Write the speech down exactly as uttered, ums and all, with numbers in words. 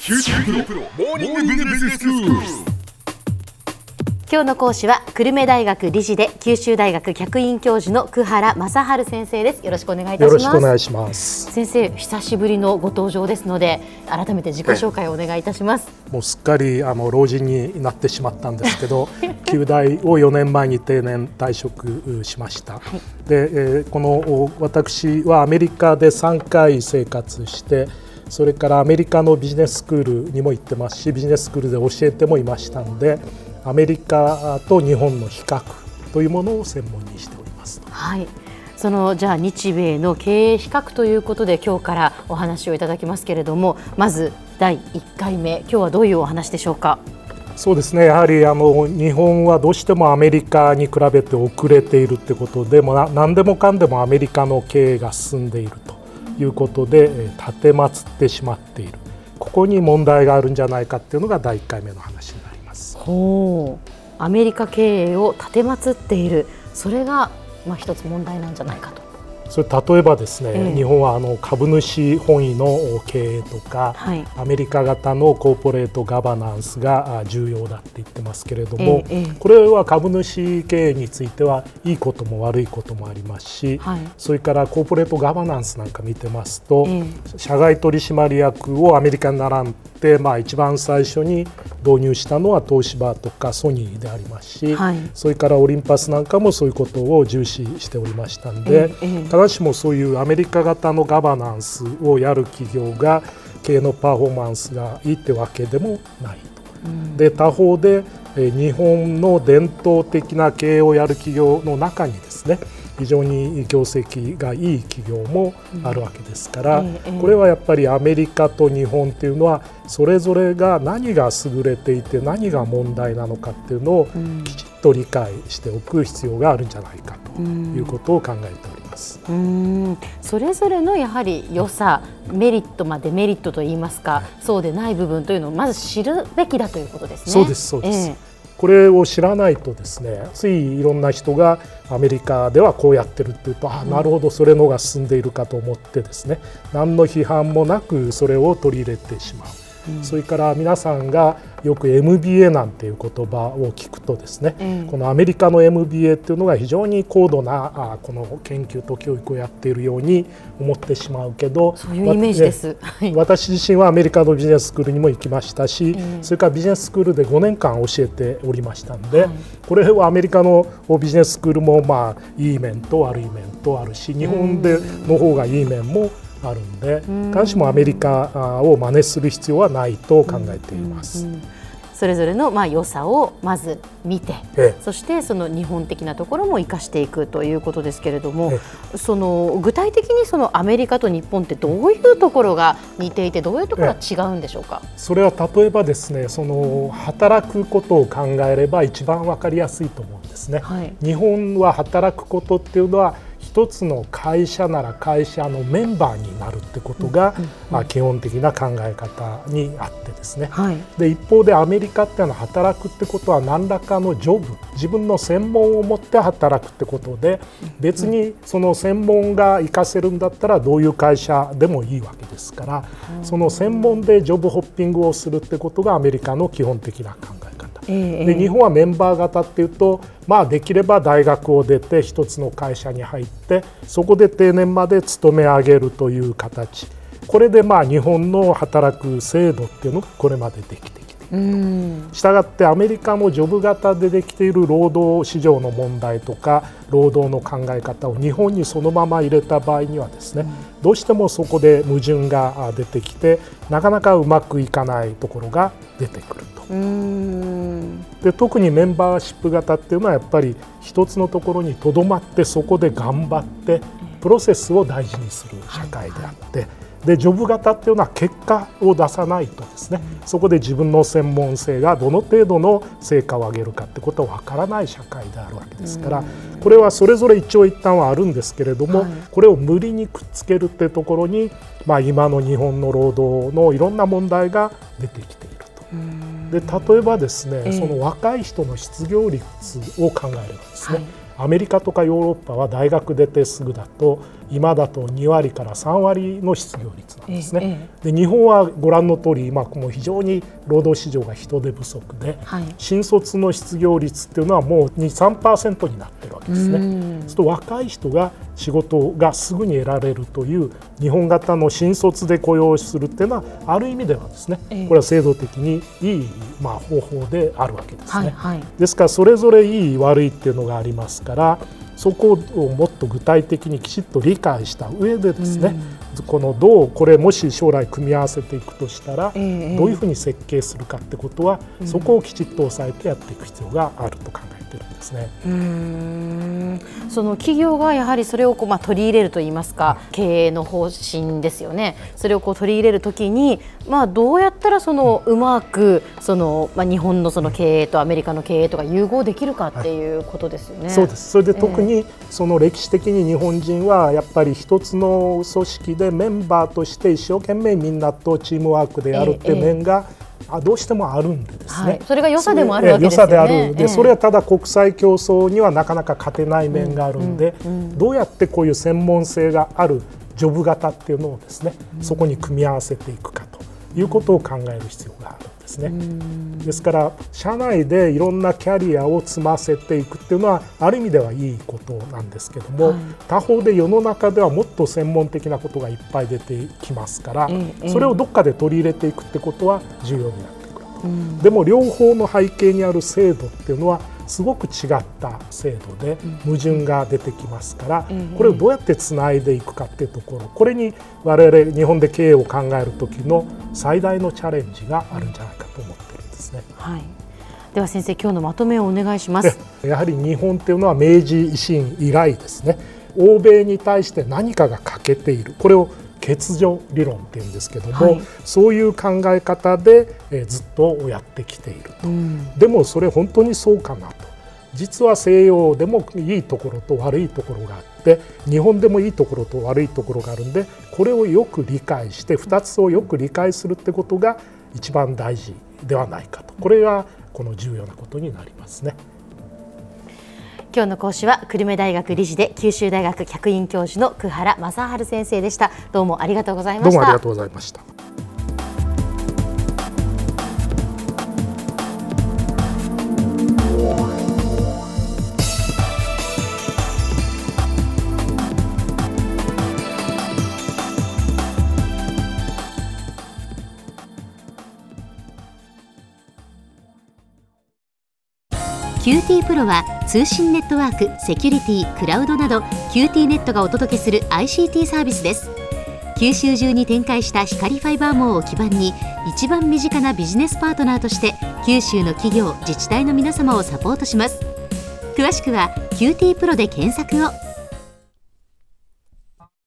キューティープロモーニングビジネススクール。 今日の講師は久留米大学理事で九州大学客員教授の久原正治先生です。よろしくお願いいたします。 よろしくお願いします。 先生、久しぶりのご登場ですので改めて自己紹介をお願いいたします。 もうすっかりあの老人になってしまったんですけど旧大をよねんまえに定年退職しました、はい、で、えー、この私はアメリカでさんかい生活して、それからアメリカのビジネススクールにも行ってますし、ビジネススクールで教えてもいましたので、アメリカと日本の比較というものを専門にしております。 はい、そのじゃあ日米の経営比較ということで今日からお話をいただきますけれども、まずだいいっかいめ、今日はどういうお話でしょうか。 そうですね、やはりあの日本はどうしてもアメリカに比べて遅れているということで、もな何でもかんでもアメリカの経営が進んでいるということで立てまつってしまっている、ここに問題があるんじゃないかというのがだいいっかいめの話になります。 ほう、アメリカ経営を立てまつっている、それがまあ一つ問題なんじゃないかと。 それ例えばですね、えー、日本はあの株主本位の経営とか、はい、アメリカ型のコーポレートガバナンスが重要だって言ってますけれども、えーえー、これは株主経営についてはいいことも悪いこともありますし、はい、それからコーポレートガバナンスなんか見てますと、えー、社外取締役をアメリカに並んで、まあ、一番最初に導入したのは東芝とかソニーでありますし、はい、それからオリンパスなんかもそういうことを重視しておりましたので、えーえー必ずしもそういうアメリカ型のガバナンスをやる企業が経営のパフォーマンスがいいってわけでもないと、うん、で他方で日本の伝統的な経営をやる企業の中にですね、非常に業績がいい企業もあるわけですから、うんええ、これはやっぱりアメリカと日本っていうのはそれぞれが何が優れていて何が問題なのかっていうのをきちっと理解しておく必要があるんじゃないかということを考えております。 うーん、それぞれのやはり良さ、メリットまでメリットといいますか、はい、そうでない部分というのをまず知るべきだということですね。 そうですそうです、えーこれを知らないとですね、ついいろんな人がアメリカではこうやってるっていうと、あ、なるほどそれのが進んでいるかと思ってですね、何の批判もなくそれを取り入れてしまう、うん、それから皆さんがよく エムビーエー なんていう言葉を聞くとですね、うん、このアメリカの エムビーエー っていうのが非常に高度なあこの研究と教育をやっているように思ってしまうけど、 そういうイメージです、 ね、私自身はアメリカのビジネススクールにも行きましたし、うん、それからビジネススクールでごねんかん教えておりましたので、はい、これはアメリカのビジネススクールもまあいい面と悪い面とあるし、日本での方がいい面もあるんで、必ずしもアメリカを真似する必要はないと考えています。 うんうんうん、それぞれのまあ良さをまず見て、ええ、そしてその日本的なところも生かしていくということですけれども、ええ、その具体的にそのアメリカと日本ってどういうところが似ていて、どういうところが違うんでしょうか。 ええ、それは例えばですね、その働くことを考えれば一番分かりやすいと思うんですね。はい、日本は働くことっていうのは一つの会社なら会社のメンバーになるってことが、うんうんうん、まあ、基本的な考え方にあってですね、はい、で一方でアメリカっていうのは働くってことは何らかのジョブ、自分の専門を持って働くってことで、別にその専門が活かせるんだったらどういう会社でもいいわけですから、うん、その専門でジョブホッピングをするってことがアメリカの基本的な考え方で、日本はメンバー型っていうと、まあ、できれば大学を出て一つの会社に入ってそこで定年まで勤め上げるという形、これでまあ日本の働く制度っていうのがこれまでできてきていると。したがってアメリカもジョブ型でできている労働市場の問題とか労働の考え方を日本にそのまま入れた場合にはですね、うん、どうしてもそこで矛盾が出てきてなかなかうまくいかないところが出てくると。うーん、で特にメンバーシップ型っていうのはやっぱり一つのところにとどまってそこで頑張ってプロセスを大事にする社会であって、でジョブ型っていうのは結果を出さないとですね、そこで自分の専門性がどの程度の成果を上げるかってことは分からない社会であるわけですから、これはそれぞれ一長一短はあるんですけれども、これを無理にくっつけるっていうところに、まあ、今の日本の労働のいろんな問題が出てきていると。で例えばですね、えー、その若い人の失業率を考えればですね、はい、 アメリカとかヨーロッパは大学出てすぐだと今だとにわりからさんわりの失業率なんですね。ええ、で日本はご覧の通り今もう非常に労働市場が人手不足で、はい、新卒の失業率っていうのはもう に、さんパーセント になってるわけですね。そうすると若い人が仕事がすぐに得られるという日本型の新卒で雇用するっていうのはある意味ではですね、ええ、これは制度的にいい、まあ、方法であるわけですね。はいはい、ですからそれぞれいい悪いっていうのがありますからそこをもっと具体的にきちっと理解した上でですね、うん、このどうこれもし将来組み合わせていくとしたら、えー、どういうふうに設計するかってことは、うん、そこをきちっと押さえてやっていく必要があると考えているんですね。 うーんその企業がやはりそれをこう、まあ、取り入れるといいますか、うん、経営の方針ですよね。それをこう取り入れるときに、まあ、どうやったらその、うん、うまくその、まあ、日本のその経営とアメリカの経営とか融合できるかっていうことですよね。はい、 そうです。それで特に、えーその歴史的に日本人はやっぱり一つの組織でメンバーとして一生懸命みんなとチームワークでやるっていう面がどうしてもあるんでですね、はい、 それが良さでもあるわけですよね。 良さであるで、それはただ国際競争にはなかなか勝てない面があるんで、うんうんうん、どうやってこういう専門性があるジョブ型っていうのをですね、うん、そこに組み合わせていくかということを考える必要があるんですね。ですから社内でいろんなキャリアを積ませていくっていうのはある意味ではいいことなんですけども、はい、他方で世の中ではもっと専門的なことがいっぱい出てきますから、ええ、それをどっかで取り入れていくってことは重要になってくると。でも両方の背景にある制度っていうのはすごく違った制度で矛盾が出てきますから、これをどうやってつないでいくかっていうところ、これに我々日本で経営を考える時の最大のチャレンジがあるんじゃないかと思ってるんですね。 はい、では先生、今日のまとめをお願いします。 やはり日本っていうのは明治維新以来ですね、欧米に対して何かが欠けている、これを欠如理論っていうんですけども、はい、そういう考え方で、えー、ずっとやってきていると、うん、でもそれ本当にそうかなと。実は西洋でもいいところと悪いところがあって日本でもいいところと悪いところがあるんで、これをよく理解してふたつをよく理解するってことが一番大事ではないかと、これがこの重要なことになりますね。 今日の講師は久留米大学理事で九州大学客員教授の久原正治先生でした。どうもありがとうございました。 どうもありがとうございました。 キューティー プロは通信ネットワーク、セキュリティ、クラウドなど キューティー ネットがお届けする アイシーティー サービスです。九州中に展開した光ファイバー網を基盤に一番身近なビジネスパートナーとして九州の企業、自治体の皆様をサポートします。詳しくは キューティー プロで検索を。